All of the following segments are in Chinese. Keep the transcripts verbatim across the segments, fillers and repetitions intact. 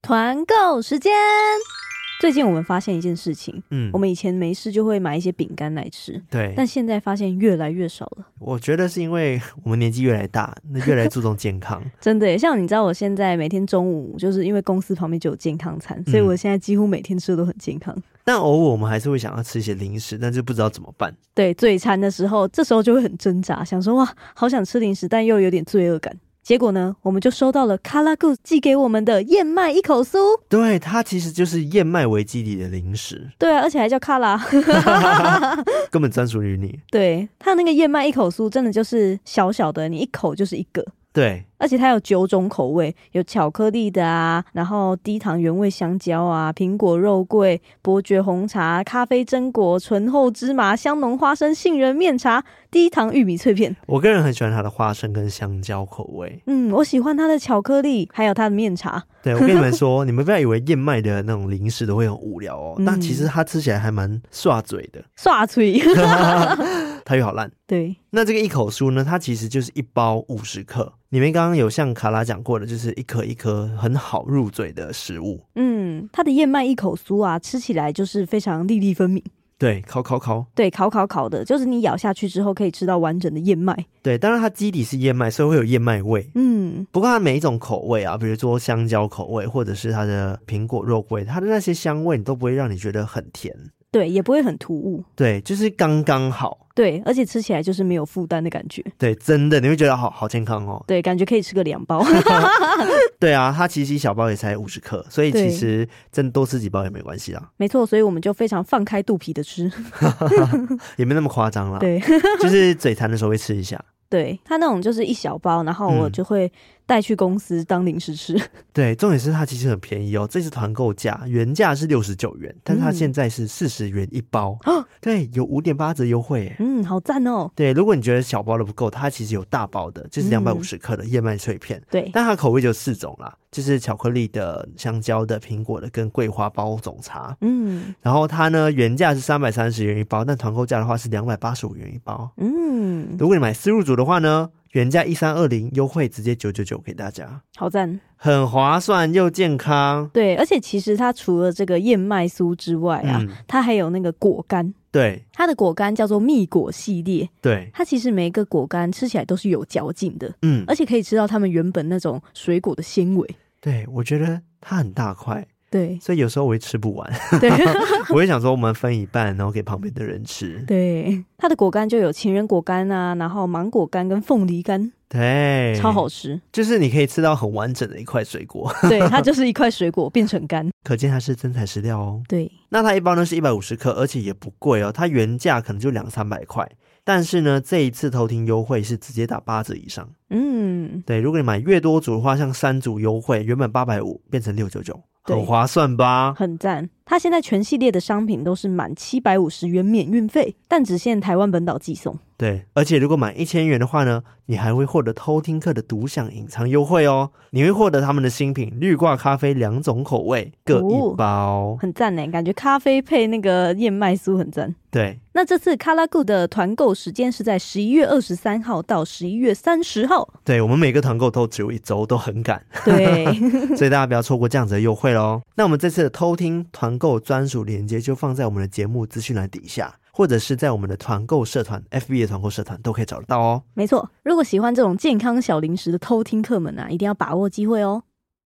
团购时间。最近我们发现一件事情， 嗯， 我们以前没事就会买一些饼干来吃， 对， 但现在发现越来越少了。 我觉得是因为我们年纪越来越大，那越来越注重健康。 真的耶，像你知道我现在每天中午就是因为公司旁边就有健康餐，所以我现在几乎每天吃的都很健康。 但偶尔我们还是会想要吃一些零食，但就不知道怎么办。 对，嘴馋的时候，这时候就会很挣扎，想说哇，好想吃零食，但又有点罪恶感。结果呢，我们就收到了卡拉固寄给我们的燕麦一口酥。 对，它其实就是燕麦为基底的零食。 对啊，而且还叫卡拉， 根本专属于你。 对，它那个燕麦一口酥真的就是小小的，你一口就是一个。 对， 而且它有九种口味，有巧克力的啊，然后低糖原味香蕉啊，苹果肉桂、伯爵红茶、咖啡榛果、醇厚芝麻、香浓花生、杏仁面茶、低糖玉米脆片。 我个人很喜欢它的花生跟香蕉口味。 嗯，我喜欢它的巧克力，还有它的面茶。 对，我跟你们说，你们不要以为燕麦的那种零食都会很无聊哦，嗯、但其实它吃起来还蛮刷嘴的， 刷嘴。 它又好烂。 对， 那这个一口酥呢，它其实就是一包五十克。你们刚刚有像卡拉讲过的，就是一颗一颗很好入嘴的食物。 嗯，它的燕麦一口酥啊，吃起来就是非常粒粒分明。 对，烤烤烤， 对，烤烤烤的，就是你咬下去之后可以吃到完整的燕麦。 对，当然它基底是燕麦，所以会有燕麦味。嗯，不过它每一种口味啊，比如说香蕉口味，或者是它的苹果肉桂，它的那些香味，你都不会让你觉得很甜。 对，也不会很突兀。 对，就是刚刚好。 对，而且吃起来就是没有负担的感觉。 对，真的你会觉得好好健康哦。 对，感觉可以吃个两包。 对啊，它其实一小包也才五十克，所以其实真的多吃几包也没关系啦。 没错，所以我们就非常放开肚皮的吃， 也没那么夸张啦。 对， 就是嘴馋的时候会吃一下。 对，它那种就是一小包，然后我就会带去公司当零食吃。嗯、 对，重点是它其实很便宜哦，这次团购价原价是六十九元，但是它现在是四十元一包。嗯、对，有 五点八折优惠耶。 嗯，好赞哦。 对，如果你觉得小包的不够，它其实有大包的，就是两百五十克的燕麦脆片。 对、嗯， 但它口味就四种啦，就是巧克力的、香蕉的、苹果的跟桂花包种茶。嗯，然后它呢原价是三百三十元一包，但团购价的话是两百八十五元一包。嗯，如果你买四入组的话呢，原价一三二零，优惠直接九九九给大家， 好赞， 很划算又健康。 对，而且其实它除了这个燕麦酥之外啊、嗯，它还有那个果干。 对， 它的果干叫做蜜果系列。 对， 它其实每一个果干吃起来都是有嚼劲的，嗯，而且可以吃到它们原本那种水果的纤维。 对，我觉得它很大块。 对， 所以有时候我会吃不完。对，我会想说我们分一半，然后给旁边的人吃。 对，它的果干就有情人果干啊，然后芒果干跟凤梨干。 对， 超好吃， 就是你可以吃到很完整的一块水果。 对，它就是一块水果变成干， 可见它是真材实料哦。 对， 那它一包呢是一百五十克，而且也不贵哦，它原价可能就两三百块。但是呢，这一次偷听优惠是直接打八折以上。嗯，对，如果你买越多组的话，像三组优惠，原本八百五变成六九九，很划算吧？ 很赞。它现在全系列的商品都是满七百五十元免运费，但只限台湾本岛寄送。 对，而且如果满一千元的话呢，你还会获得偷听客的独享隐藏优惠哦。你会获得他们的新品绿挂咖啡两种口味，各一包， 哦、很赞耶，感觉咖啡配那个燕麦酥很赞。 对， 那这次卡拉固的团购时间是在十一月二十三号到十一月三十号。 对，我们每个团购都只有一周，都很赶。 对， 所以大家不要错过这样子的优惠咯。那我们这次的偷听团购专属链接就放在我们的节目资讯栏底下，或者是在我们的团购社团 F B 的团购社团都可以找得到哦。 没错，如果喜欢这种健康小零食的偷听客们啊，一定要把握机会哦。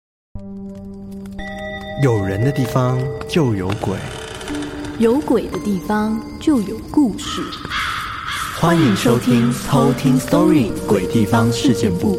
有人的地方就有鬼， 有鬼的地方就有故事。 欢迎收听偷听 Story 鬼地方事件部。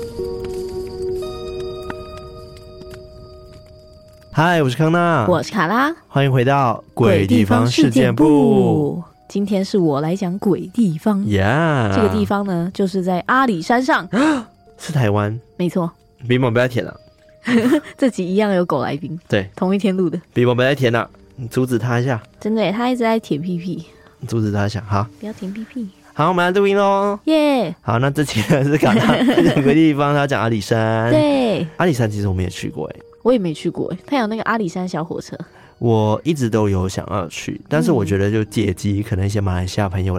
嗨，我是康纳， 我是卡拉， 欢迎回到鬼地方事件部。 今天是我来讲鬼地方。 Yeah， 这个地方呢，就是在阿里山上。 是台湾？ 没错。 鼻毛不要舔了。 这集一样有狗来宾， 对， 同一天录的。 鼻毛不要舔了，你阻止他一下。 真的耶，他一直在舔屁屁。 你阻止他一下，好， 不要舔屁屁。 好，我们来录音咯。 耶、yeah ！ 好，那这期呢是卡拉有个地方，他讲阿里山。 对， 阿里山其实我们也去过耶。 我也没去过耶，他有那个阿里山小火车。 我一直都有想要去，但是我觉得就借机可能一些马来西亚朋友来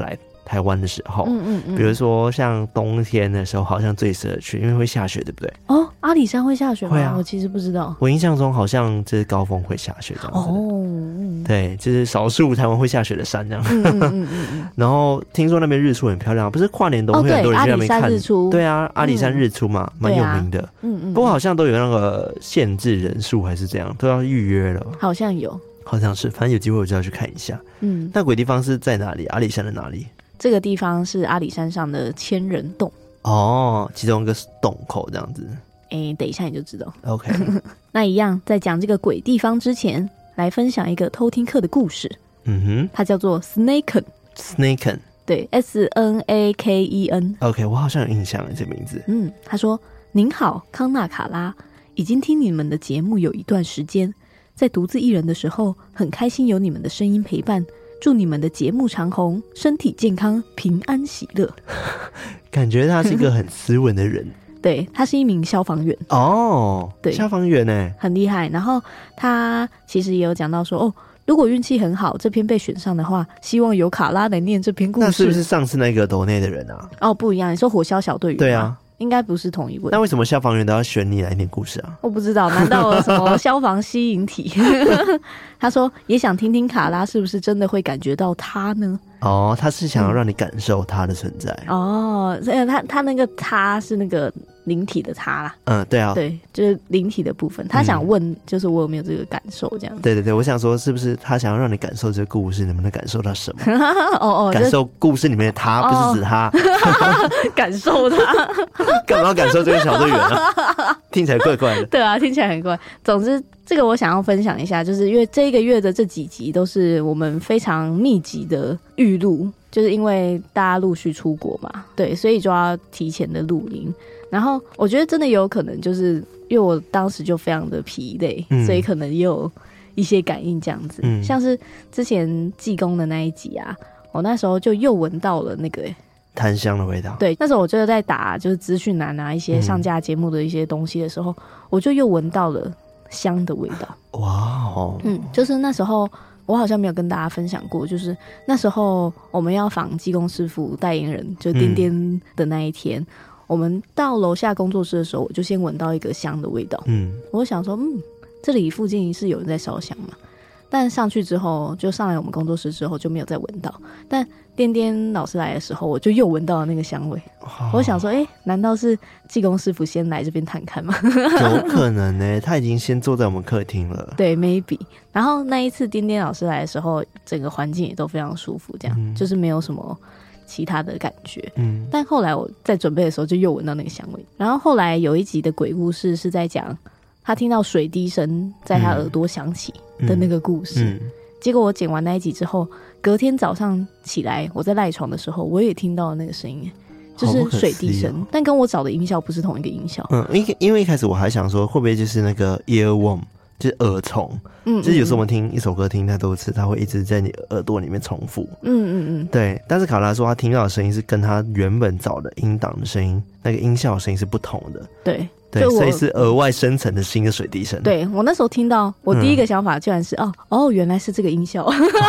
台湾的时候， 嗯嗯嗯， 比如说像冬天的时候，好像最适合去，因为会下雪，对不对？ 哦，阿里山会下雪吗？ 会啊， 我其实不知道。 我印象中好像这是高峰会下雪这样子。哦，嗯、对，就是少数台湾会下雪的山这样。嗯嗯嗯嗯然后听说那边日出很漂亮，不是跨年都会很多人去那边看、哦、 日出。 对啊，阿里山日出嘛，蛮、嗯、有名的。嗯嗯。不过好像都有那个限制人数还是这样，都要预约了。 好像有。 好像是，反正有机会我就要去看一下。嗯，那鬼地方是在哪里？阿里山的哪里？ 这个地方是阿里山上的千人洞。 哦，其中一个洞口这样子。 哎、欸，等一下你就知道。 OK 。 那一样，在讲这个鬼地方之前，来分享一个偷听课的故事。嗯哼，它叫做 Snaken。Snaken。对 ，S N A K E N。OK， 我好像有印象这名字。 嗯，他说：“您好，康纳卡拉，已经听你们的节目有一段时间。在独自一人的时候，很开心有你们的声音陪伴，祝你们的节目长红，身体健康，平安喜乐。” 感觉他是一个很斯文的人。 对，他是一名消防员。 哦，对，消防员耶， 很厉害。然后他其实也有讲到说，哦，如果运气很好，这篇被选上的话，希望由卡拉来念这篇故事。 那是不是上次那个斗内的人啊？ 哦，不一样，你说火消小队员？ 对啊。 应该不是同一位。 那为什么消防员都要选你来念故事啊？ 我不知道，难道有什么消防吸引体？他说也想听听卡拉是不是真的会感觉到他呢？ 哦，他是想要让你感受他的存在。嗯、 哦，他他那个他是那个灵体的他啦。 嗯，对啊， 对，就是灵体的部分。他想问，嗯、就是我有没有这个感受这样子？ 对对对，我想说，是不是他想要让你感受这个故事，能不能感受到什么？ 哦哦， 感受故事里面的他，哦、不是指他， 感受他。 干嘛要感受这个小队员啊？听起来怪怪的。 对啊，听起来很怪。总之，这个我想要分享一下，就是因为这一个月的这几集都是我们非常密集的预录，就是因为大家陆续出国嘛，对，所以就要提前的录音。然后我觉得真的有可能，就是因为我当时就非常的疲累，嗯、所以可能也有一些感应这样子。嗯、像是之前济公的那一集啊，我那时候就又闻到了那个、欸。 檀香的味道。 对，那时候我就在打就是资讯栏啊一些上架节目的一些东西的时候，嗯、我就又闻到了香的味道。哇哦，嗯，就是那时候我好像没有跟大家分享过，就是那时候我们要访济公师傅代言人，就颠颠的那一天，嗯、我们到楼下工作室的时候，我就先闻到一个香的味道。嗯，我想说，嗯，这里附近是有人在烧香嘛？但上去之后，就上来我们工作室之后就没有再闻到。但颠颠老师来的时候，我就又闻到了那个香味。哦、我想说，哎、欸，难道是济公师傅先来这边探看吗？ 有可能呢、欸，他已经先坐在我们客厅了。 对 ，maybe。然后那一次颠颠老师来的时候，整个环境也都非常舒服，这样、嗯、就是没有什么其他的感觉。嗯。但后来我在准备的时候，就又闻到那个香味。然后后来有一集的鬼故事是在讲他听到水滴声在他耳朵响起的那个故事。嗯嗯、结果我剪完那一集之后，隔天早上起来，我在赖床的时候，我也听到了那个声音，就是水滴声，哦、但跟我找的音效不是同一个音效。 嗯，因因为一开始我还想说，会不会就是那个 earworm， 就是耳虫。嗯，就是有时候我们听一首歌听太多次，它会一直在你耳朵里面重复。嗯嗯嗯，对。但是卡拉说他听到的声音是跟他原本找的音档的声音，那个音效的声音是不同的。对。对，所以是额外生成的新的水滴声。 对，我那时候听到，我第一个想法居然是、嗯、哦哦，原来是这个音效，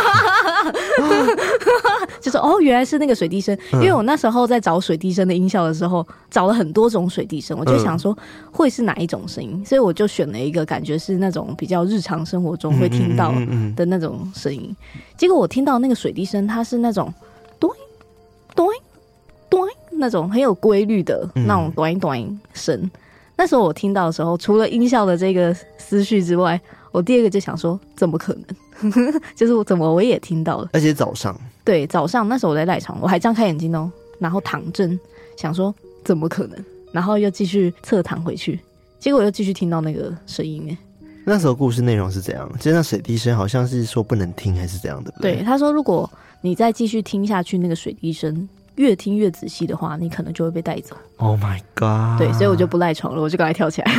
就是哦，原来是那个水滴声。嗯、因为我那时候在找水滴声的音效的时候，找了很多种水滴声，我就想说会是哪一种声音，嗯、所以我就选了一个感觉是那种比较日常生活中会听到的那种声音。嗯嗯嗯嗯、结果我听到那个水滴声，它是那种咚咚咚那种很有规律的那种咚咚声。那时候我听到的时候，除了音效的这个思绪之外，我第二个就想说，怎么可能？就是我怎么我也听到了， 而且早上， 对，早上那时候我在赖床，我还张开眼睛哦，然后躺正，想说怎么可能？然后又继续侧躺回去，结果又继续听到那个声音耶。 那时候故事内容是怎样？就是那水滴声好像是说不能听，还是怎样的？ 对，他说如果你再继续听下去，那个水滴声。越听越仔细的话，你可能就会被带走。 Oh my god！ 对，所以我就不赖床了，我就赶快跳起来。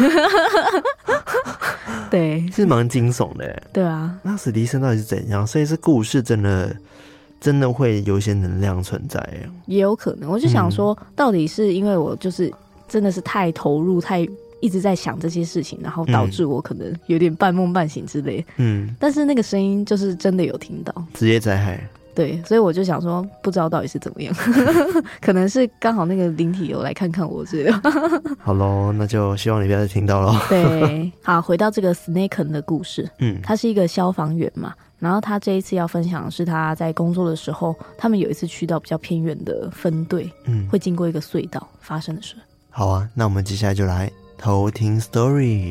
对， 是蛮惊悚的。 对啊， 那水滴声到底是怎样？所以是故事真的真的会有一些能量存在， 也有可能。我就想说，嗯、到底是因为我就是真的是太投入，太一直在想这些事情，然后导致我可能有点半梦半醒之类的。嗯，但是那个声音就是真的有听到， 职业灾害。 对，所以我就想说不知道到底是怎么样可能是刚好那个灵体有来看看我之类的好咯，那就希望你不要再听到咯对，好，回到这个 Snaken 的故事，嗯，他是一个消防员嘛，然后他这一次要分享的是他在工作的时候，他们有一次去到比较偏远的分队，嗯，会经过一个隧道发生的事。 好啊，那我们接下来就来偷听 story。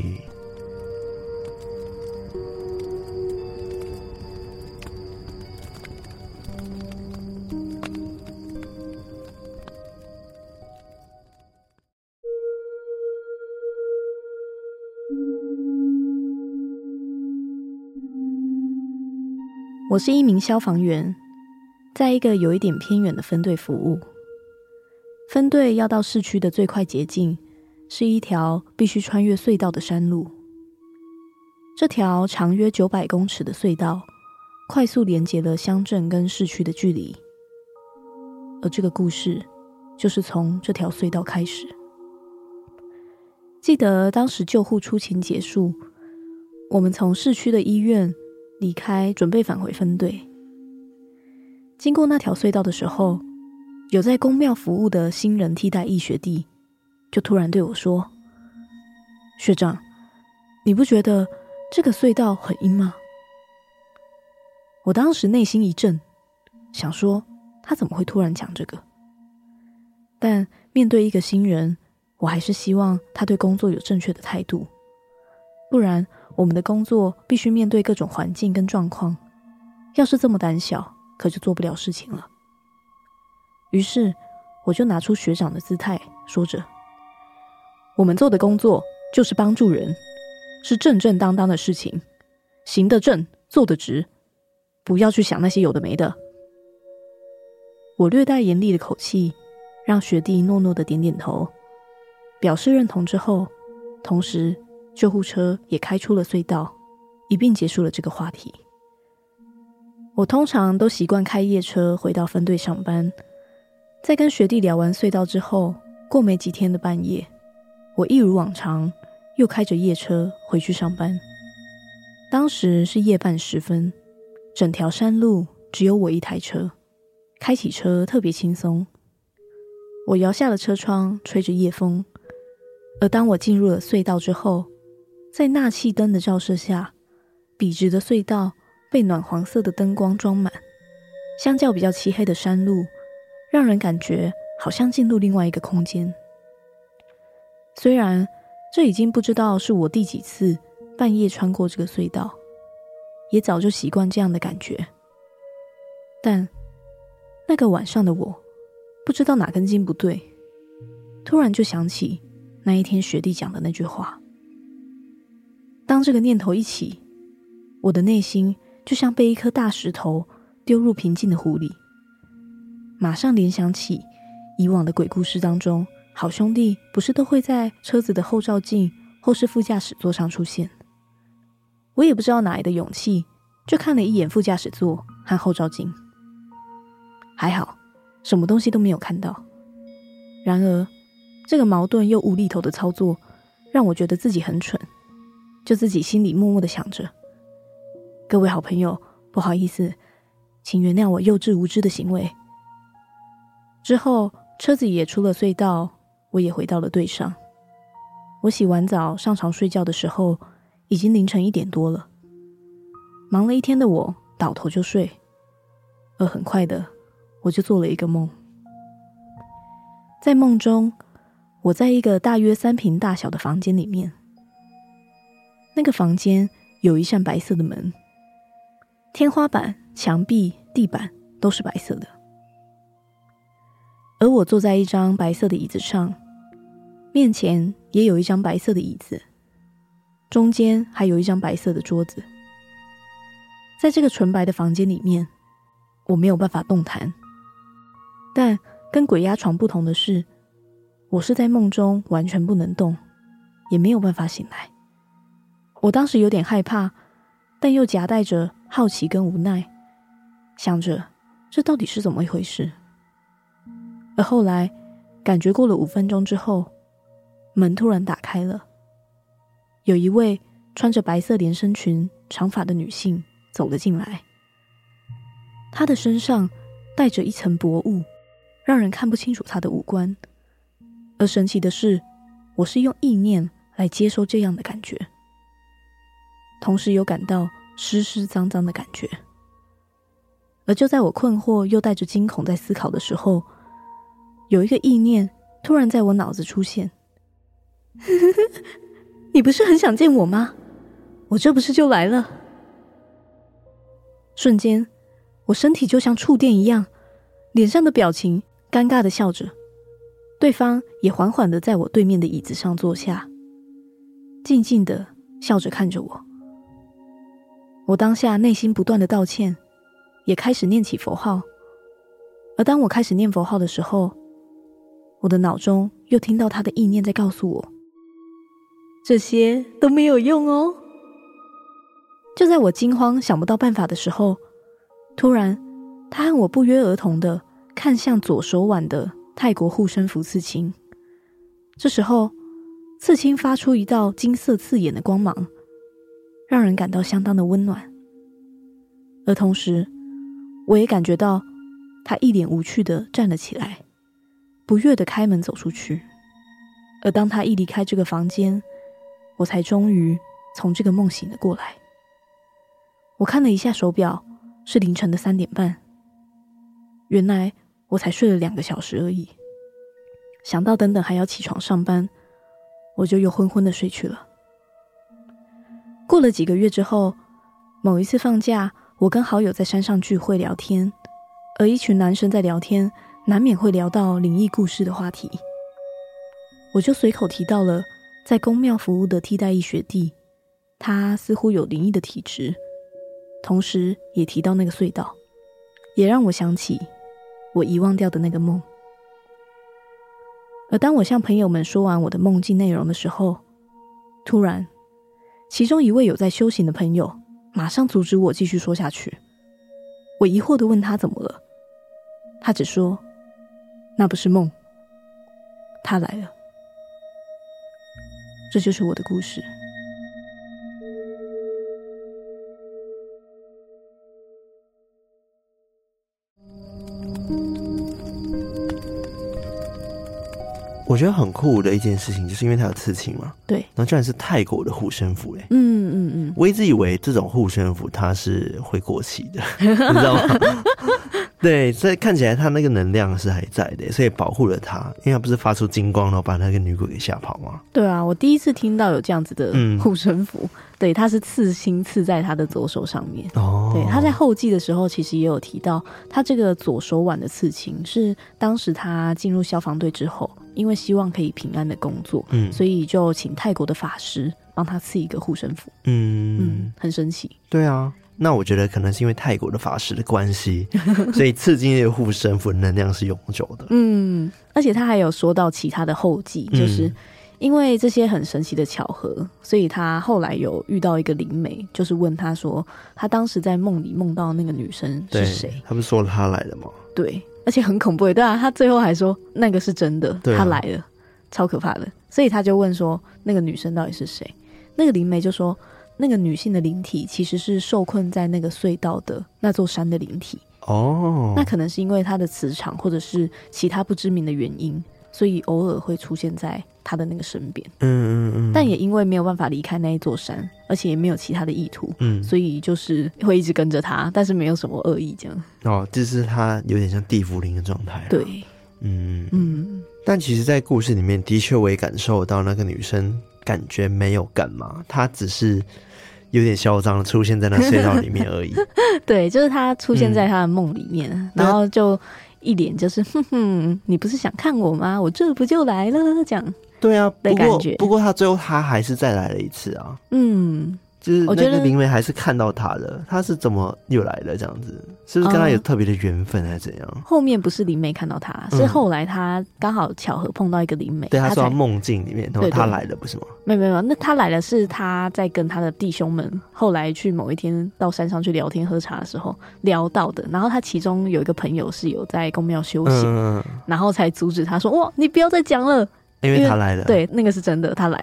我是一名消防员，在一个有一点偏远的分队服务。分队要到市区的最快捷径是一条必须穿越隧道的山路。这条长约九百公尺的隧道快速连接了乡镇跟市区的距离，而这个故事就是从这条隧道开始。记得当时救护出勤结束，我们从市区的医院离开，准备返回分队。经过那条隧道的时候，有在公庙服务的新人替代役学弟就突然对我说：学长，你不觉得这个隧道很阴吗？我当时内心一震，想说他怎么会突然讲这个？但面对一个新人，我还是希望他对工作有正确的态度，不然我们的工作必须面对各种环境跟状况，要是这么胆小，可就做不了事情了。于是我就拿出学长的姿态，说着：我们做的工作就是帮助人，是正正当当的事情，行得正，做得直，不要去想那些有的没的。我略带严厉的口气，让学弟诺诺的点点头，表示认同之后，同时救护车也开出了隧道，一并结束了这个话题。我通常都习惯开夜车回到分队上班，在跟学弟聊完隧道之后，过没几天的半夜，我一如往常又开着夜车回去上班。当时是夜半时分，整条山路只有我一台车，开起车特别轻松。我摇下了车窗，吹着夜风，而当我进入了隧道之后，在纳气灯的照射下，笔直的隧道被暖黄色的灯光装满，相较比较漆黑的山路，让人感觉好像进入另外一个空间。虽然这已经不知道是我第几次半夜穿过这个隧道，也早就习惯这样的感觉，但那个晚上的我不知道哪根筋不对，突然就想起那一天学弟讲的那句话。当这个念头一起，我的内心就像被一颗大石头丢入平静的湖里，马上联想起以往的鬼故事当中，好兄弟不是都会在车子的后照镜或是副驾驶座上出现。我也不知道哪来的勇气，就看了一眼副驾驶座和后照镜，还好什么东西都没有看到。然而这个矛盾又无厘头的操作让我觉得自己很蠢，就自己心里默默地想着：各位好朋友，不好意思，请原谅我幼稚无知的行为。之后车子也出了隧道，我也回到了队上。我洗完澡上床睡觉的时候，已经凌晨一点多了。忙了一天的我倒头就睡，而很快的我就做了一个梦。在梦中，我在一个大约三坪大小的房间里面，那个房间有一扇白色的门，天花板、墙壁、地板都是白色的。而我坐在一张白色的椅子上，面前也有一张白色的椅子，中间还有一张白色的桌子。在这个纯白的房间里面，我没有办法动弹，但跟鬼压床不同的是，我是在梦中完全不能动，也没有办法醒来。我当时有点害怕，但又夹带着好奇跟无奈，想着这到底是怎么一回事。而后来感觉过了五分钟之后，门突然打开了，有一位穿着白色连身裙长发的女性走了进来。 他的身上带着一层薄雾，让人看不清楚他的五官。而神奇的是，我是用意念来接受这样的感觉，同时有感到湿湿脏脏的感觉。而就在我困惑又带着惊恐在思考的时候，有一个意念突然在我脑子出现。你不是很想见我吗？我这不是就来了。瞬间我身体就像触电一样，脸上的表情尴尬的笑着，对方也缓缓的在我对面的椅子上坐下，静静的笑着看着我。我当下内心不断的道歉，也开始念起佛号。而当我开始念佛号的时候，我的脑中又听到他的意念在告诉我，这些都没有用哦。就在我惊慌想不到办法的时候，突然他和我不约而同的看向左手腕的泰国护身符刺青。这时候刺青发出一道金色刺眼的光芒，让人感到相当的温暖。而同时我也感觉到他一脸无趣的站了起来，不悦的开门走出去。而当他一离开这个房间，我才终于从这个梦醒了过来。我看了一下手表，是凌晨的三点半。原来我才睡了两个小时而已。想到等等还要起床上班，我就又昏昏的睡去了。过了几个月之后，某一次放假，我跟好友在山上聚会聊天，而一群男生在聊天，难免会聊到灵异故事的话题。我就随口提到了在公庙服务的替代役学弟，他似乎有灵异的体质，同时也提到那个隧道，也让我想起我遗忘掉的那个梦。而当我向朋友们说完我的梦境内容的时候，突然其中一位有在修行的朋友马上阻止我继续说下去。我疑惑地问他怎么了，他只说那不是梦，他来了。这就是我的故事。 我觉得很酷的一件事情，就是因为它有刺青嘛， 对， 然后居然是泰国的护身符嘞。 嗯嗯嗯， 我一直以为这种护身符它是会过期的，你知道吗？对，所以看起来它那个能量是还在的，所以保护了它，因为它不是发出金光，然后把那个女鬼给吓跑吗？ 对啊，我第一次听到有这样子的护身符。嗯，对，它是刺青刺在他的左手上面。哦，对，他在后记的时候其实也有提到，他这个左手腕的刺青是当时他进入消防队之后，因为希望可以平安的工作，嗯，所以就请泰国的法师帮他刺一个护身符。嗯嗯，很神奇。对啊。 那我觉得可能是因为泰国的法师的关系，所以刺青的护身符能量是永久的。 嗯，而且他还有说到其他的后记，就是因为这些很神奇的巧合，所以他后来有遇到一个灵媒，就是问他说他当时在梦里梦到那个女生是谁。 他不是说了他来了吗？ 对，而且很恐怖耶。对啊，他最后还说那个是真的，啊，他来了，超可怕的。所以他就问说那个女生到底是谁。那个灵媒就说那个女性的灵体其实是受困在那个隧道的那座山的灵体。哦，那可能是因为她的磁场或者是其他不知名的原因，所以偶尔会出现在她的那个身边。嗯嗯嗯。但也因为没有办法离开那一座山，而且也没有其他的意图，嗯，所以就是会一直跟着她，但是没有什么恶意这样。 哦，就是她有点像地缚灵的状态。 对，嗯嗯。 但其实在故事里面的确我也感受到那个女生感觉没有干嘛，她只是有点嚣张的出现在那隧道里面而已。 对，就是她出现在她的梦里面，嗯，然后就一脸就是哼哼，你不是想看我吗？我这不就来了这样。 对啊，不过不过她最后她还是再来了一次啊。嗯，就是那个灵媒还是看到他的，他是怎么又来了这样子？是不是跟他有特别的缘分还是怎样？ 嗯，后面不是灵媒看到他，嗯，是后来他刚好巧合碰到一个灵媒。 对，他说他梦境里面，然后他来了不是吗？ 没有没有，那他来了是他在跟他的弟兄们后来去某一天到山上去聊天喝茶的时候聊到的。然后他其中有一个朋友是有在公庙修行，嗯，然后才阻止他说：“哇，你不要再讲了。” 因为他来了。 对，那个是真的，他来了。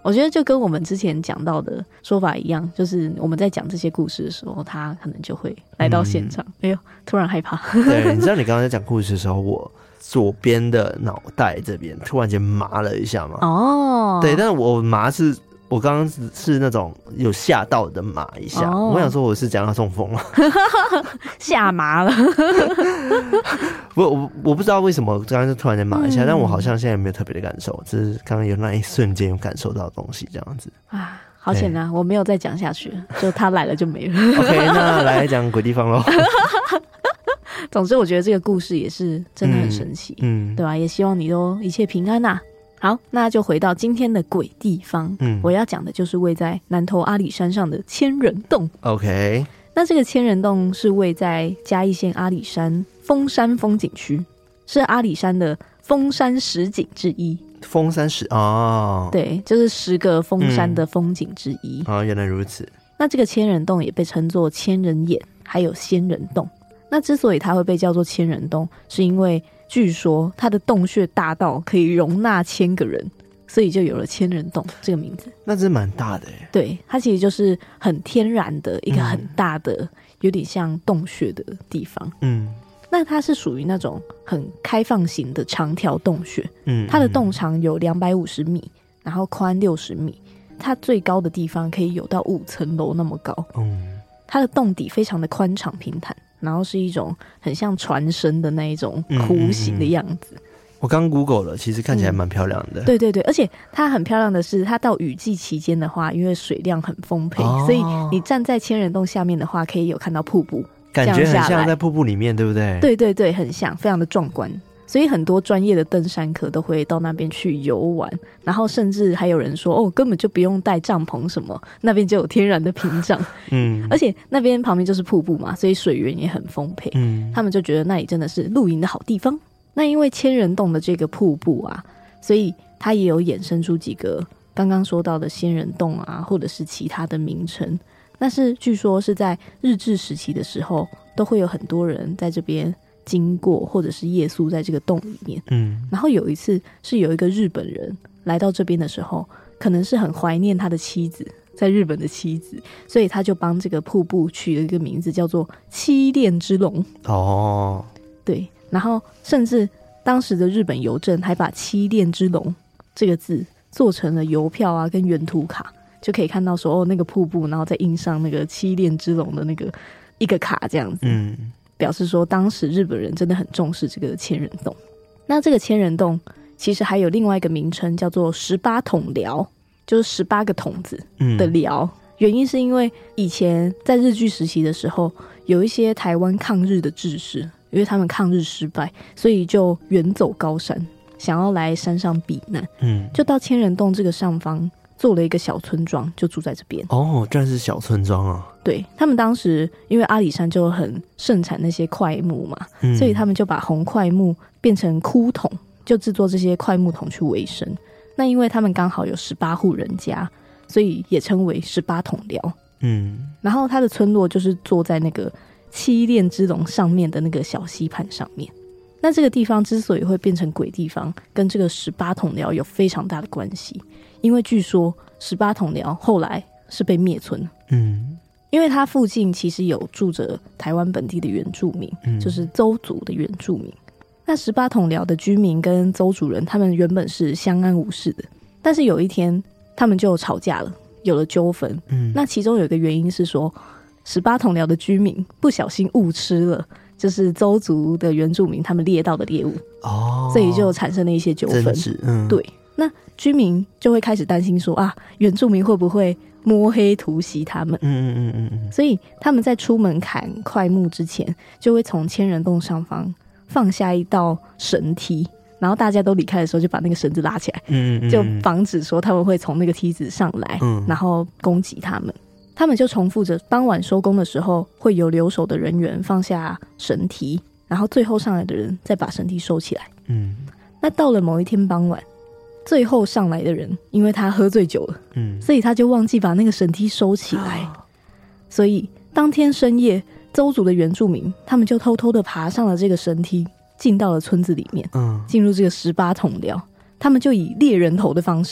我觉得就跟我们之前讲到的说法一样，就是我们在讲这些故事的时候，他可能就会来到现场。嗯、哎呦，突然害怕。 对，你知道你刚刚在讲故事的时候，我左边的脑袋这边突然间麻了一下吗？哦，对，但是我麻是。我刚刚是那种有吓到的麻一下，哦、我想说我是讲到中风了， 吓麻了。 我我我不知道为什么刚刚就突然间麻一下、嗯，但我好像现在没有特别的感受，只是刚刚有那一瞬间有感受到的东西这样子啊，好险啊！我没有再讲下去，就他来了就没了。 OK， 那来讲鬼地方咯。 总之，我觉得这个故事也是真的很神奇，嗯，嗯对吧？也希望你都一切平安呐、啊。好，那就回到今天的鬼地方。嗯，我要讲的就是位在南投阿里山上的千人洞。 OK， 那这个千人洞是位在嘉义县阿里山峰山风景区，是阿里山的峰山十景之一。 峰山十哦， 对，就是十个峰山的风景之一。 啊、嗯哦，原来如此。 那这个千人洞也被称作千人眼，还有仙人洞。那之所以它会被叫做千人洞，是因为据说它的洞穴大到可以容纳千个人，所以就有了千人洞这个名字。 那真蛮大的耶。 对，它其实就是很天然的一个很大的、嗯、有点像洞穴的地方。嗯，那它是属于那种很开放型的长条洞穴。嗯，它的洞长有两百五十米，然后宽六十米，它最高的地方可以有到五层楼那么高。嗯，它的洞底非常的宽敞平坦，然后是一种很像船身的那一种弧形的样子。嗯嗯嗯， 我刚 Google 了，其实看起来蛮漂亮的、 嗯。对对对，而且它很漂亮的是，它到雨季期间的话，因为水量很丰沛、哦，所以你站在千人洞下面的话，可以有看到瀑布， 感觉很像在瀑布里面，对不对？ 对对对，很像，非常的壮观。所以很多专业的登山客都会到那边去游玩，然后甚至还有人说哦，根本就不用带帐篷什么，那边就有天然的屏障。嗯，而且那边旁边就是瀑布嘛，所以水源也很丰沛。嗯，他们就觉得那里真的是露营的好地方。那因为千人洞的这个瀑布啊，所以它也有衍生出几个刚刚说到的仙人洞啊，或者是其他的名称。但是据说是在日治时期的时候，都会有很多人在这边经过或者是夜宿在这个洞里面。嗯，然后有一次是有一个日本人来到这边的时候，可能是很怀念他的妻子，在日本的妻子，所以他就帮这个瀑布取了一个名字叫做七恋之龙。哦，对，然后甚至当时的日本邮政还把七恋之龙这个字做成了邮票啊跟原图卡，就可以看到说哦那个瀑布，然后再印上那个七恋之龙的那个一个卡这样子。嗯，表示说当时日本人真的很重视这个千人洞。那这个千人洞其实还有另外一个名称叫做十八桶寮，就是十八个桶子的寮、嗯、原因是因为以前在日据时期的时候，有一些台湾抗日的志士，因为他们抗日失败，所以就远走高山，想要来山上避难。嗯，就到千人洞这个上方做了一个小村庄，就住在这边。 哦，居然是小村庄啊！ 对，他们当时因为阿里山就很盛产那些块木嘛、嗯，所以他们就把红块木变成枯桶，就制作这些块木桶去维生。那因为他们刚好有十八户人家，所以也称为十八桶寮。嗯，然后他的村落就是坐在那个七恋之龙上面的那个小溪畔上面。那这个地方之所以会变成鬼地方，跟这个十八桶寮有非常大的关系，因为据说十八桶寮后来是被灭村。嗯，因为它附近其实有住着台湾本地的原住民、嗯、就是邹族的原住民。那十八桶寮的居民跟邹族人他们原本是相安无事的，但是有一天他们就吵架了，有了纠纷。嗯，那其中有一个原因是说十八桶寮的居民不小心误吃了就是邹族的原住民他们猎到的猎物。哦，所以就产生了一些纠纷。嗯，对，那居民就会开始担心说啊，原住民会不会摸黑突袭他们。嗯嗯嗯嗯，所以他们在出门砍块木之前，就会从千人洞上方放下一道绳梯，然后大家都离开的时候就把那个绳子拉起来。嗯嗯嗯，就防止说他们会从那个梯子上来、嗯、然后攻击他们。他们就重复着傍晚收工的时候会有留守的人员放下绳梯，然后最后上来的人再把绳梯收起来。嗯，那到了某一天傍晚，最后上来的人因为他喝醉酒了，嗯，所以他就忘记把那个绳梯收起来、啊、所以当天深夜邹族的原住民他们就偷偷的爬上了这个绳梯，进到了村子里面，嗯，进入这个十八桶寮。他们就以猎人头的方式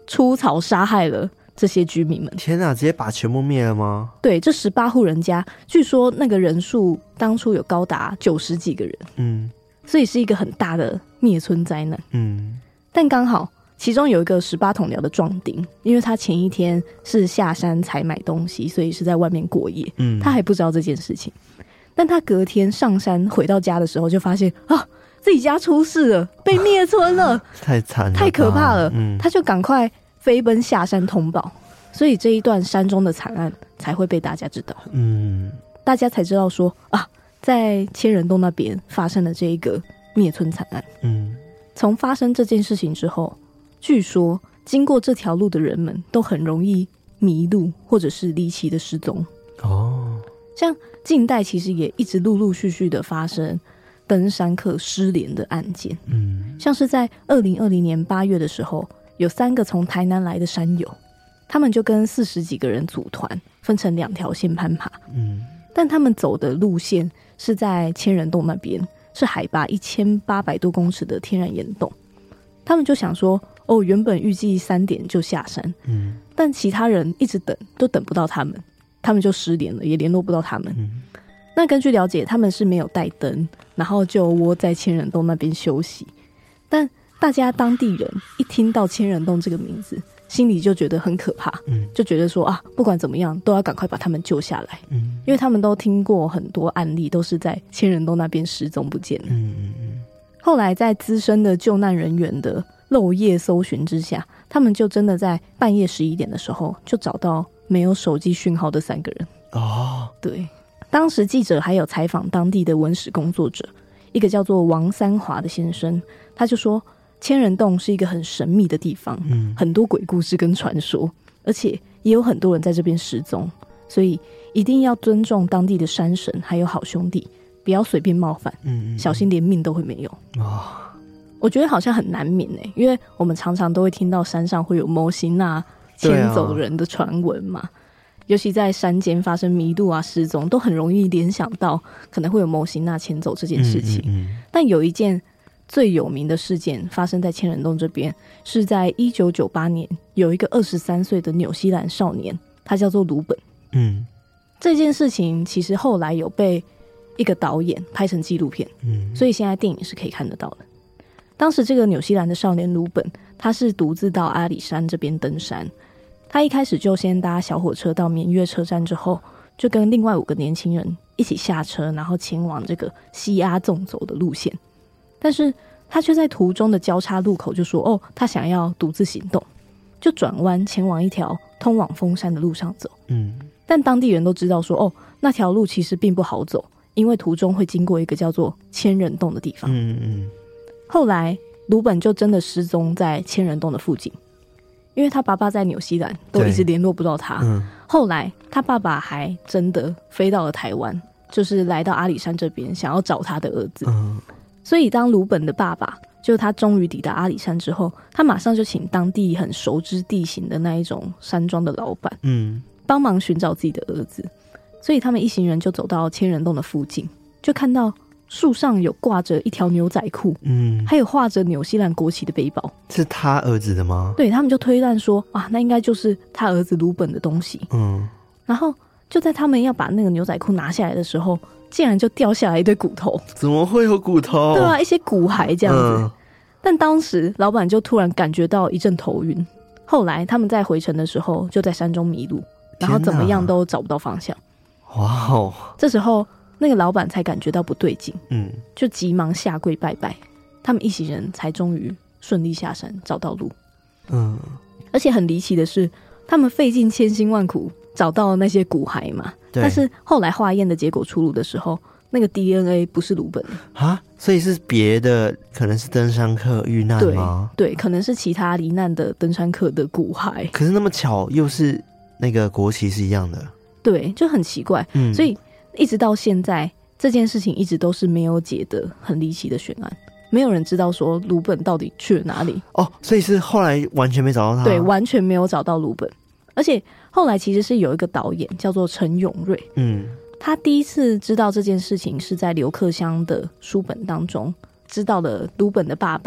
出草杀害了这些居民们。 天哪，直接把全部灭了吗？ 对，这十八户人家，据说那个人数当初有高达九十几个人，嗯，所以是一个很大的灭村灾难。嗯，但刚好其中有一个十八桶寮的壮丁，因为他前一天是下山采买东西，所以是在外面过夜，嗯，他还不知道这件事情。但他隔天上山回到家的时候，就发现啊，自己家出事了，被灭村了， 太惨了， 太可怕了。嗯，他就赶快飞奔下山通报，所以这一段山中的惨案才会被大家知道。嗯，大家才知道说啊，在千人洞那边发生了这一个灭村惨案。嗯，从发生这件事情之后，据说经过这条路的人们都很容易迷路或者是离奇的失踪。哦，像近代其实也一直陆陆续续的发生登山客失联的案件。嗯，像是在二零二零年八月的时候，有三个从台南来的山友，他们就跟四十几个人组团，分成两条线攀爬。嗯，但他们走的路线是在千人洞那边，是海拔一千八百多公尺的天然岩洞。他们就想说，哦，原本预计三点就下山，嗯，但其他人一直等，都等不到他们，他们就失联了，也联络不到他们。嗯，那根据了解，他们是没有带灯，然后就窝在千人洞那边休息。但大家当地人一听到千人洞这个名字，心里就觉得很可怕，嗯，就觉得说啊，不管怎么样都要赶快把他们救下来，嗯，因为他们都听过很多案例，都是在千人洞那边失踪不见了。嗯嗯嗯。后来在资深的救难人员的漏夜搜寻之下，他们就真的在半夜十一点的时候就找到没有手机讯号的三个人。哦，对，当时记者还有采访当地的文史工作者，一个叫做王三华的先生，他就说千人洞是一个很神秘的地方，嗯，很多鬼故事跟传说，而且也有很多人在这边失踪，所以一定要尊重当地的山神还有好兄弟，不要随便冒犯，嗯嗯，小心连命都会没有。哦，我觉得好像很难免耶，因为我们常常都会听到山上会有魔神啊牵走人的传闻嘛，啊，尤其在山间发生迷路啊失踪，都很容易联想到可能会有魔神啊牵走这件事情。嗯嗯嗯，但有一件最有名的事件发生在千人洞这边，是在一九九八年，有一个二十三岁的纽西兰少年，他叫做鲁本。嗯，这件事情其实后来有被一个导演拍成纪录片，嗯，所以现在电影是可以看得到的。当时这个纽西兰的少年鲁本，他是独自到阿里山这边登山，他一开始就先搭小火车到绵月车站，之后就跟另外五个年轻人一起下车，然后前往这个西阿纵走的路线。但是他却在途中的交叉路口就说，哦，他想要独自行动，就转弯前往一条通往峰山的路上走。嗯，但当地人都知道说，哦，那条路其实并不好走，因为途中会经过一个叫做千人洞的地方。嗯嗯。后来鲁本就真的失踪在千人洞的附近，因为他爸爸在纽西兰都一直联络不到他。嗯，后来他爸爸还真的飞到了台湾，就是来到阿里山这边想要找他的儿子。嗯，所以当鲁本的爸爸就是他终于抵达阿里山之后，他马上就请当地很熟知地形的那一种山庄的老板，嗯，帮忙寻找自己的儿子。所以他们一行人就走到千人洞的附近，就看到树上有挂着一条牛仔裤，嗯，还有画着纽西兰国旗的背包。 是他儿子的吗？ 对，他们就推断说啊，那应该就是他儿子鲁本的东西。嗯，然后就在他们要把那个牛仔裤拿下来的时候，竟然就掉下来一堆骨头。 怎么会有骨头？ 对啊，一些骨骸这样子。嗯，但当时老板就突然感觉到一阵头晕，后来他们在回程的时候就在山中迷路，然后怎么样都找不到方向。哇哦！这时候那个老板才感觉到不对劲，嗯，就急忙下跪拜拜，他们一行人才终于顺利下山找到路。嗯，而且很离奇的是，他们费尽千辛万苦找到了那些骨骸嘛，但是后来化验的结果出炉的时候，那个 D N A 不是鲁本啊，所以是别的，可能是登山客遇难吗？ 对，对，可能是其他罹难的登山客的骨骸。 可是那么巧，又是那个国旗是一样的。 对，就很奇怪。嗯，所以一直到现在，这件事情一直都是没有解的很离奇的悬案，没有人知道说鲁本到底去了哪里。 哦，所以是后来完全没找到他。 对，完全没有找到鲁本。而且后来其实是有一个导演叫做陈永瑞，嗯，他第一次知道这件事情是在刘克襄的书本当中知道了鲁本的爸爸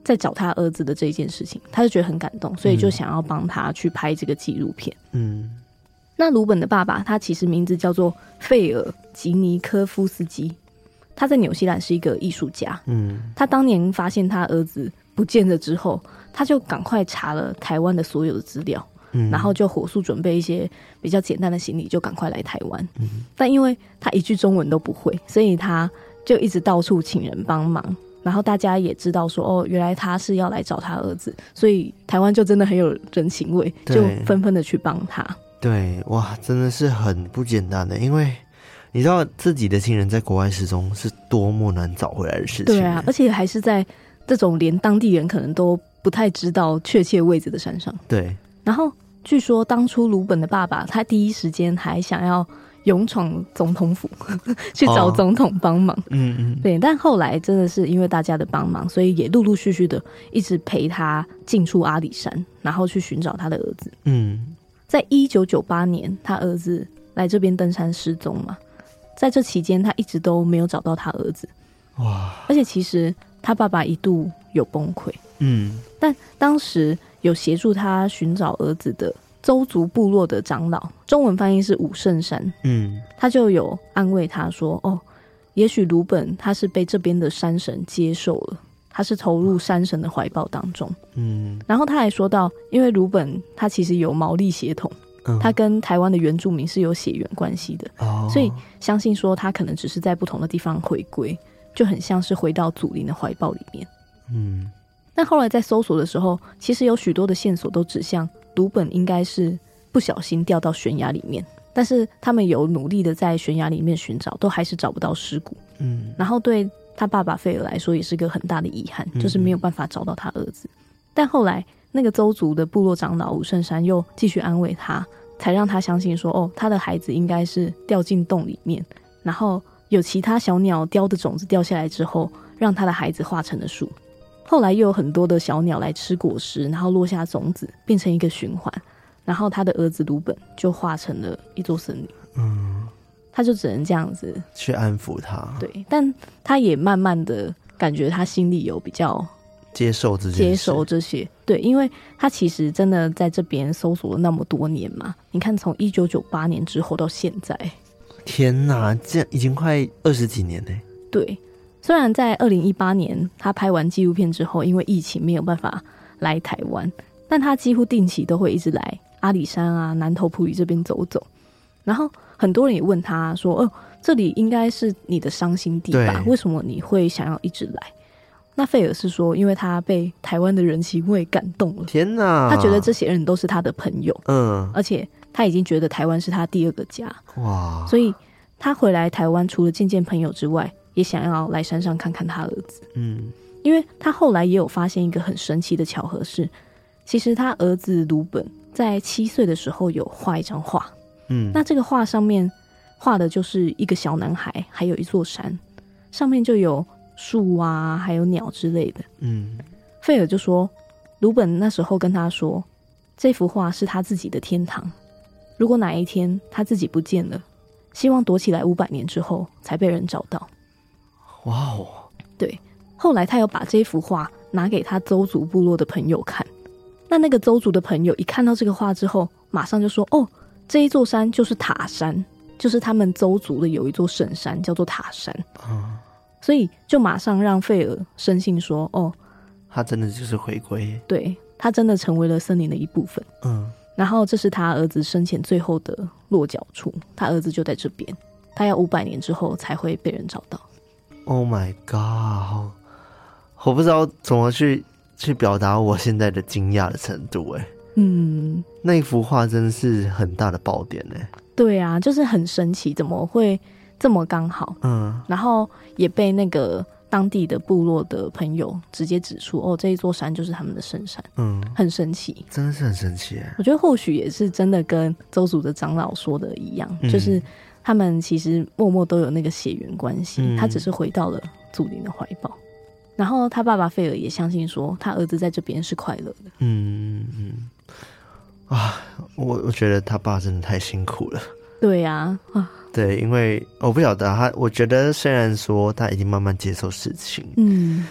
在找他儿子的这一件事情，他就觉得很感动，所以就想要帮他去拍这个纪录片。嗯，那鲁本的爸爸他其实名字叫做费尔吉尼科夫斯基，他在纽西兰是一个艺术家。嗯，他当年发现他儿子不见了之后，他就赶快查了台湾的所有的资料，嗯，然后就火速准备一些比较简单的行李，就赶快来台湾。嗯，但因为他一句中文都不会，所以他就一直到处请人帮忙。然后大家也知道说，哦，原来他是要来找他儿子，所以台湾就真的很有人情味，就纷纷的去帮他。 对，哇，真的是很不简单的，因为你知道自己的亲人在国外失踪是多么难找回来的事情。 对啊，而且还是在这种连当地人可能都不太知道确切位置的山上。 对， 然后据说当初鲁本的爸爸他第一时间还想要勇闯总统府去找总统帮忙。嗯嗯，对，但后来真的是因为大家的帮忙，所以也陆陆续续的一直陪他进出阿里山，然后去寻找他的儿子。嗯，在一九九八年他儿子来这边登山失踪嘛，在这期间他一直都没有找到他儿子。哇！而且其实他爸爸一度有崩溃。嗯，但当时有协助他寻找儿子的邹族部落的长老，中文翻译是武圣山。嗯，他就有安慰他说，哦，也许鲁本他是被这边的山神接受了，他是投入山神的怀抱当中。嗯，然后他还说到，因为鲁本他其实有毛利血统，嗯，他跟台湾的原住民是有血缘关系的。哦，所以相信说他可能只是在不同的地方回归，就很像是回到祖灵的怀抱里面。嗯，但后来在搜索的时候，其实有许多的线索都指向鲁本应该是不小心掉到悬崖里面，但是他们有努力的在悬崖里面寻找，都还是找不到尸骨。嗯，然后对他爸爸费尔来说也是个很大的遗憾，就是没有办法找到他儿子。但后来那个邹族的部落长老武圣山又继续安慰他，才让他相信说，哦，他的孩子应该是掉进洞里面，然后有其他小鸟叼的种子掉下来之后，让他的孩子化成了树。后来又有很多的小鸟来吃果实，然后落下种子，变成一个循环，然后他的儿子鲁本就化成了一座森林。嗯，他就只能这样子去安抚他。 对，但他也慢慢的感觉他心里有比较接受这些接受这些。对，因为他其实真的在这边搜索了那么多年嘛，你看从一九九八年之后到现在， 天哪，这样已经快二十几年嘞。 对。虽然在二零一八年他拍完纪录片之后，因为疫情没有办法来台湾，但他几乎定期都会一直来阿里山啊、南投埔里这边走走。然后很多人也问他说，哦，这里应该是你的伤心地吧？为什么你会想要一直来？那费尔是说，因为他被台湾的人情味感动了。 天哪！ 他觉得这些人都是他的朋友。嗯，而且他已经觉得台湾是他第二个家。哇！所以他回来台湾除了见见朋友之外，也想要来山上看看他儿子。嗯，因为他后来也有发现一个很神奇的巧合是，其实他儿子鲁本在七岁的时候有画一张画。嗯，那这个画上面画的就是一个小男孩，还有一座山，上面就有树啊，还有鸟之类的。嗯，费尔就说，鲁本那时候跟他说，这幅画是他自己的天堂，如果哪一天他自己不见了，希望躲起来五百年之后才被人找到。哇哦！对，后来他有把这幅画拿给他邹族部落的朋友看，那那个邹族的朋友一看到这个画之后，马上就说，哦，这一座山就是塔山，就是他们邹族的有一座圣山叫做塔山。嗯，所以就马上让费尔深信说，哦， 他真的就是回归， 对，他真的成为了森林的一部分。嗯，然后这是他儿子生前最后的落脚处，他儿子就在这边，他要五百年之后才会被人找到。 Oh my god！ 我不知道怎么去去表达我现在的惊讶的程度。哎，嗯，那幅画真的是很大的爆点哎。 对啊，就是很神奇，怎么会这么刚好？嗯，然后也被那个当地的部落的朋友直接指出，哦，这一座山就是他们的圣山。嗯，很神奇， 真的是很神奇哎。 我觉得或许也是真的跟邹族的长老说的一样，嗯，就是他们其实默默都有那个血缘关系，嗯，他只是回到了祖灵的怀抱。然后他爸爸费尔也相信说，他儿子在这边是快乐的。嗯嗯啊，我我觉得他爸真的太辛苦了。 对啊，啊， 对，因为我不晓得他，我觉得虽然说他已经慢慢接受事情，嗯，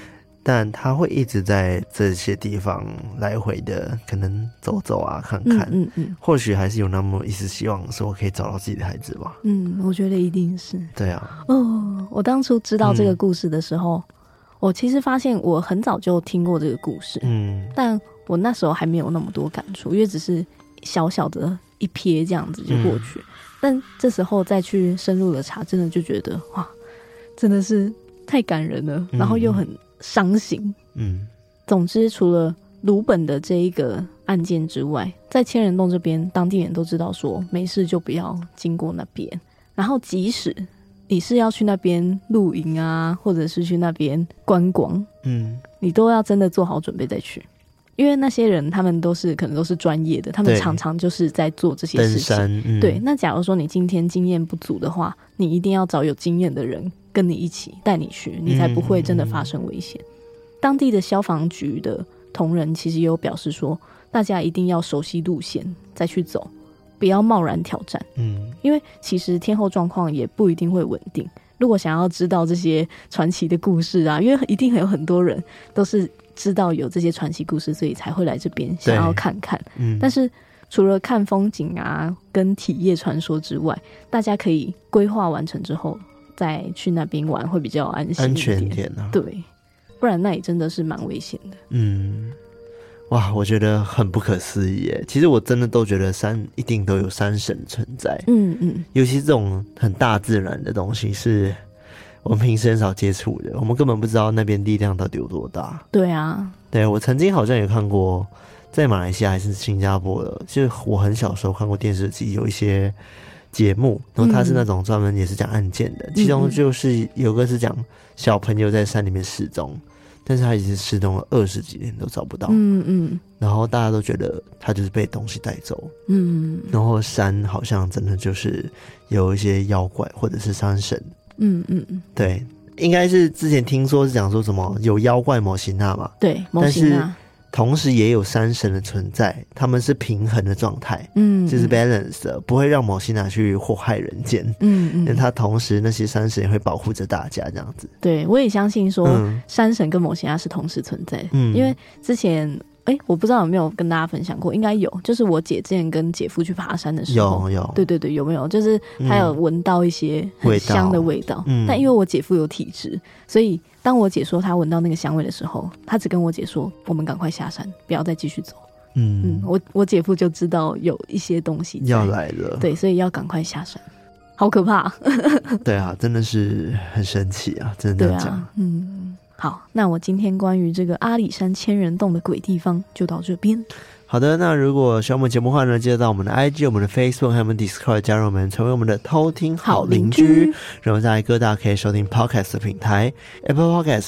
但他会一直在这些地方来回的可能走走啊看看，嗯嗯嗯，或许还是有那么一丝希望说可以找到自己的孩子吧。 嗯，我觉得一定是。 对啊。 哦，我当初知道这个故事的时候、嗯、我其实发现我很早就听过这个故事，嗯，但我那时候还没有那么多感触，因为只是小小的一瞥这样子就过去、嗯、但这时候再去深入的查，真的就觉得哇，真的是太感人了，然后又很伤心。嗯，总之除了鲁本的这一个案件之外，在千人洞这边当地人都知道说没事就不要经过那边，然后即使你是要去那边露营啊，或者是去那边观光，嗯，你都要真的做好准备再去，因为那些人他们都是可能都是专业的，他们常常就是在做这些事情。登山、嗯、对，那假如说你今天经验不足的话，你一定要找有经验的人跟你一起带你去，你才不会真的发生危险、嗯、当地的消防局的同仁其实也有表示说，大家一定要熟悉路线再去走，不要贸然挑战。嗯，因为其实天候状况也不一定会稳定，如果想要知道这些传奇的故事啊，因为一定还有很多人都是知道有这些传奇故事，所以才会来这边想要看看、嗯、但是除了看风景啊跟体验传说之外，大家可以规划完成之后再去那边玩会比较安心一点， 安全一点啊。 对，不然那里真的是蛮危险的。 嗯，哇，我觉得很不可思议耶。其实我真的都觉得山一定都有山神存在。嗯嗯，尤其这种很大自然的东西是我们平时很少接触的，我们根本不知道那边力量到底有多大。 对啊， 对，我曾经好像有看过在马来西亚还是新加坡的，就是我很小时候看过电视机有一些节目，然后他是那种专门也是讲案件的、嗯、其中就是有个是讲小朋友在山里面失踪，但是他已经失踪了二十几年都找不到。嗯嗯，然后大家都觉得他就是被东西带走。嗯，然后山好像真的就是有一些妖怪或者是山神。嗯嗯嗯，对，应该是之前听说是讲说什么有妖怪摩西娜嘛， 对，摩西娜， 同时也有山神的存在，他们是平衡的状态，嗯，就是 balance 的，不会让摩西娜去祸害人间，嗯嗯，但他同时那些山神也会保护着大家这样子。 对，我也相信说、嗯、山神跟摩西娜是同时存在的，嗯，因为之前哎，我不知道有没有跟大家分享过，应该有，就是我姐之前跟姐夫去爬山的时候， 有有， 对对对，有没有？就是他有闻到一些很香的味道，嗯，但因为我姐夫有体质，所以当我姐说她闻到那个香味的时候，她只跟我姐说：“我们赶快下山，不要再继续走。”嗯嗯，我我姐夫就知道有一些东西要来了， 对，所以要赶快下山，好可怕。 对啊，真的是很神奇啊，真的这样讲，啊， 嗯。好，那我今天关于这个阿里山千人洞的鬼地方就到这边。 好的，那如果喜欢我们节目的话呢，记得到我们的 I G、我们的 Facebook 还有我们 Discord 加入我们，成为我们的偷听好邻居。然后在各大可以收听 Podcast 的平台 Apple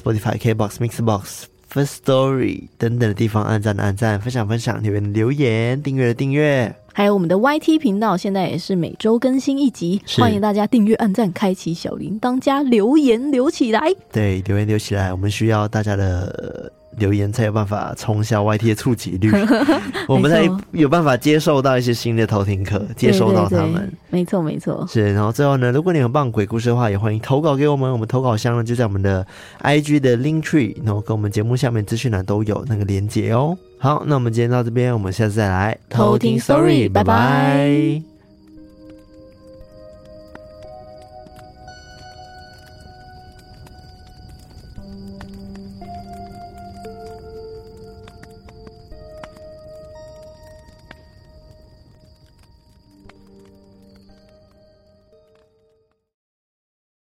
Podcast、Spotify、K-Box、Mixbox、First Story 等等的地方按赞的按赞，分享分享，留言的留言，订阅的订阅。 还有我们的 Y T 频道现在也是每周更新一集，欢迎大家订阅按赞开启小铃铛加留言留起来。 对，留言留起来，我们需要大家的留言才有办法冲销 Y T 的触及率我们才有办法接受到一些新的偷听客，接收到他们。对对对， 没错没错。 是，然后最后呢，如果你有很棒鬼故事的话，也欢迎投稿给我们，我们投稿箱呢就在我们的 I G 的 Linktree， 然后跟我们节目下面资讯栏都有那个连结哦。好，那我们今天到这边，我们下次再来偷听 Story， 拜拜。